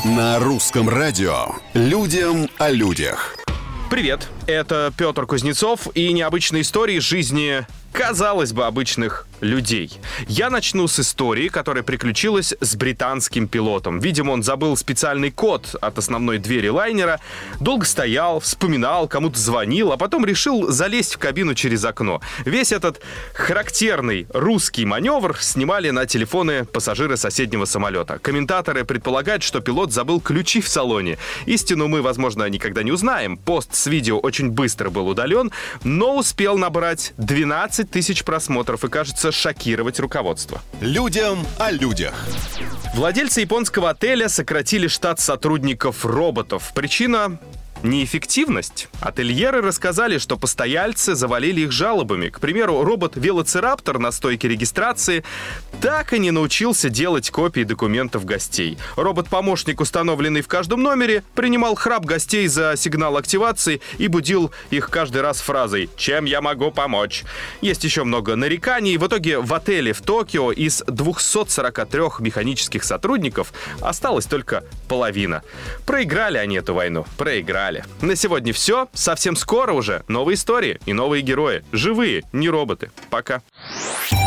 На русском радио «Людям о людях». Привет, это Петр Кузнецов и необычные истории жизни, казалось бы, обычных людей. Я начну с истории, которая приключилась с британским пилотом. Видимо, он забыл специальный код от основной двери лайнера, долго стоял, вспоминал, кому-то звонил, а потом решил залезть в кабину через окно. Весь этот характерный русский маневр снимали на телефоны пассажиры соседнего самолета. Комментаторы предполагают, что пилот забыл ключи в салоне. Истину мы, возможно, никогда не узнаем. Пост с видео очень быстро был удален, но успел набрать 12 тысяч просмотров и, кажется, шокировать руководство. Людям о людях. Владельцы японского отеля сократили штат сотрудников-роботов. Причина — неэффективность. Ательеры рассказали, что постояльцы завалили их жалобами. К примеру, робот-велоцираптор на стойке регистрации так и не научился делать копии документов гостей. Робот-помощник, установленный в каждом номере, принимал храп гостей за сигнал активации и будил их каждый раз фразой «Чем я могу помочь?». Есть еще много нареканий. В итоге в отеле в Токио из 243 механических сотрудников осталась только половина. Проиграли они эту войну. Проиграли. На сегодня все. Совсем скоро уже новые истории и новые герои. Живые, не роботы. Пока.